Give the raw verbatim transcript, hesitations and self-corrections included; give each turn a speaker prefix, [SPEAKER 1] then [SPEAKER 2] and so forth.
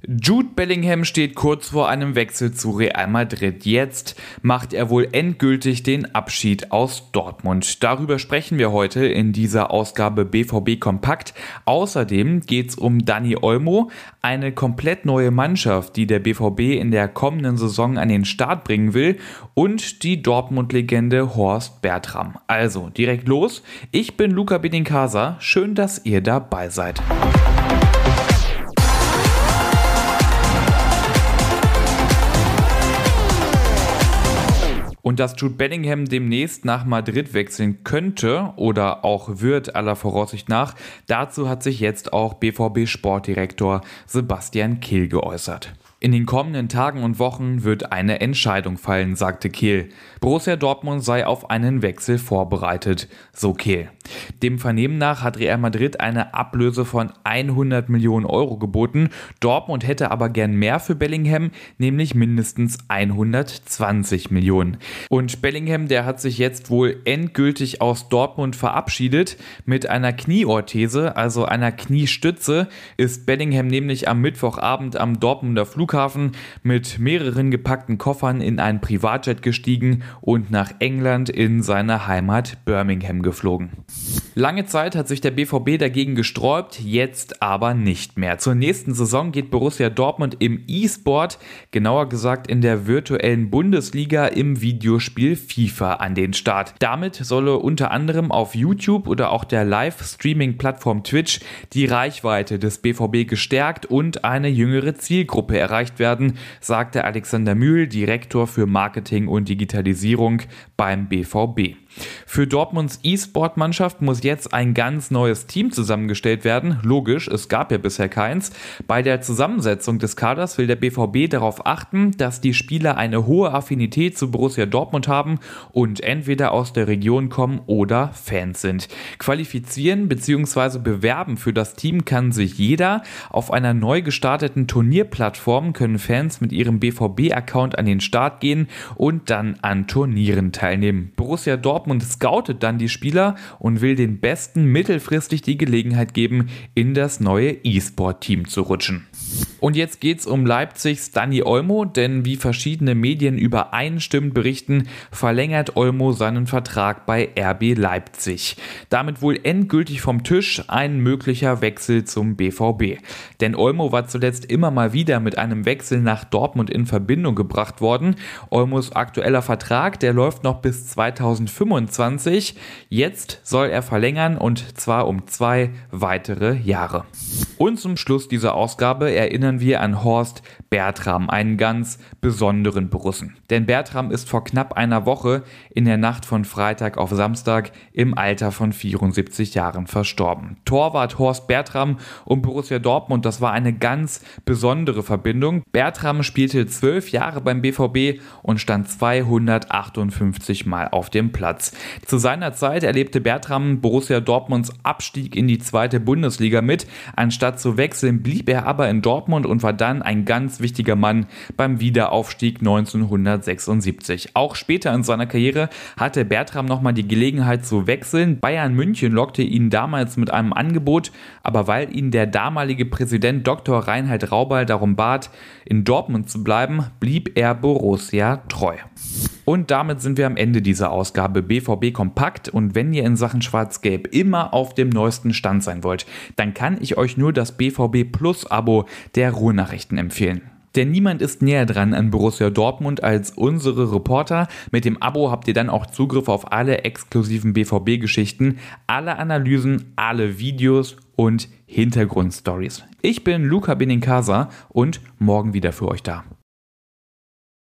[SPEAKER 1] Jude Bellingham steht kurz vor einem Wechsel zu Real Madrid. Jetzt macht er wohl endgültig den Abschied aus Dortmund. Darüber sprechen wir heute in dieser Ausgabe B V B Kompakt. Außerdem geht es um Dani Olmo, eine komplett neue Mannschaft, die der B V B in der kommenden Saison an den Start bringen will, und die Dortmund-Legende Horst Bertram. Also direkt los. Ich bin Luca Benincasa. Schön, dass ihr dabei seid. Und dass Jude Bellingham demnächst nach Madrid wechseln könnte oder auch wird, aller Voraussicht nach, dazu hat sich jetzt auch B V B-Sportdirektor Sebastian Kehl geäußert. In den kommenden Tagen und Wochen wird eine Entscheidung fallen, sagte Kehl. Borussia Dortmund sei auf einen Wechsel vorbereitet, so Kehl. Dem Vernehmen nach hat Real Madrid eine Ablöse von hundert Millionen Euro geboten. Dortmund hätte aber gern mehr für Bellingham, nämlich mindestens hundertzwanzig Millionen. Und Bellingham, der hat sich jetzt wohl endgültig aus Dortmund verabschiedet. Mit einer Knieorthese, also einer Kniestütze, ist Bellingham nämlich am Mittwochabend am Dortmunder Flughafen mit mehreren gepackten Koffern in ein Privatjet gestiegen und nach England in seine Heimat Birmingham geflogen. Lange Zeit hat sich der B V B dagegen gesträubt, jetzt aber nicht mehr. Zur nächsten Saison geht Borussia Dortmund im E-Sport, genauer gesagt in der virtuellen Bundesliga im Videospiel FIFA an den Start. Damit solle unter anderem auf YouTube oder auch der Live-Streaming-Plattform Twitch die Reichweite des B V B gestärkt und eine jüngere Zielgruppe erreicht werden, sagte Alexander Mühl, Direktor für Marketing und Digitalisierung beim B V B. Für Dortmunds E-Sport-Mannschaft muss jetzt ein ganz neues Team zusammengestellt werden. Logisch, es gab ja bisher keins. Bei der Zusammensetzung des Kaders will der B V B darauf achten, dass die Spieler eine hohe Affinität zu Borussia Dortmund haben und entweder aus der Region kommen oder Fans sind. Qualifizieren bzw. bewerben für das Team kann sich jeder. Auf einer neu gestarteten Turnierplattform können Fans mit ihrem B V B-Account an den Start gehen und dann an Turnieren teilnehmen. Borussia Dortmund und scoutet dann die Spieler und will den Besten mittelfristig die Gelegenheit geben, in das neue E-Sport-Team zu rutschen. Und jetzt geht's um Leipzigs Dani Olmo, denn wie verschiedene Medien übereinstimmend berichten, verlängert Olmo seinen Vertrag bei R B Leipzig. Damit wohl endgültig vom Tisch ein möglicher Wechsel zum B V B. Denn Olmo war zuletzt immer mal wieder mit einem Wechsel nach Dortmund in Verbindung gebracht worden. Olmos aktueller Vertrag, der läuft noch bis zweitausendfünfundzwanzig. Jetzt soll er verlängern, und zwar um zwei weitere Jahre. Und zum Schluss dieser Ausgabe erinnern wir an Horst Bertram, einen ganz besonderen Borussen. Denn Bertram ist vor knapp einer Woche in der Nacht von Freitag auf Samstag im Alter von vierundsiebzig Jahren verstorben. Torwart Horst Bertram und Borussia Dortmund, das war eine ganz besondere Verbindung. Bertram spielte zwölf Jahre beim B V B und stand zweihundertachtundfünfzig Mal auf dem Platz. Zu seiner Zeit erlebte Bertram Borussia Dortmunds Abstieg in die zweite Bundesliga mit. Anstatt zu wechseln, blieb er aber in Dortmund und war dann ein ganz wichtiger Mann beim Wiederaufstieg neunzehnhundertsechsundsiebzig. Auch später in seiner Karriere hatte Bertram nochmal die Gelegenheit zu wechseln. Bayern München lockte ihn damals mit einem Angebot, aber weil ihn der damalige Präsident Doktor Reinhard Raubal darum bat, in Dortmund zu bleiben, blieb er Borussia treu. Und damit sind wir am Ende dieser Ausgabe B V B Kompakt, und wenn ihr in Sachen Schwarz-Gelb immer auf dem neuesten Stand sein wollt, dann kann ich euch nur das B V B Plus Abo der Ruhrnachrichten empfehlen. Denn niemand ist näher dran an Borussia Dortmund als unsere Reporter. Mit dem Abo habt ihr dann auch Zugriff auf alle exklusiven B V B-Geschichten, alle Analysen, alle Videos und Hintergrundstories. Ich bin Luca Benincasa und morgen wieder für euch da.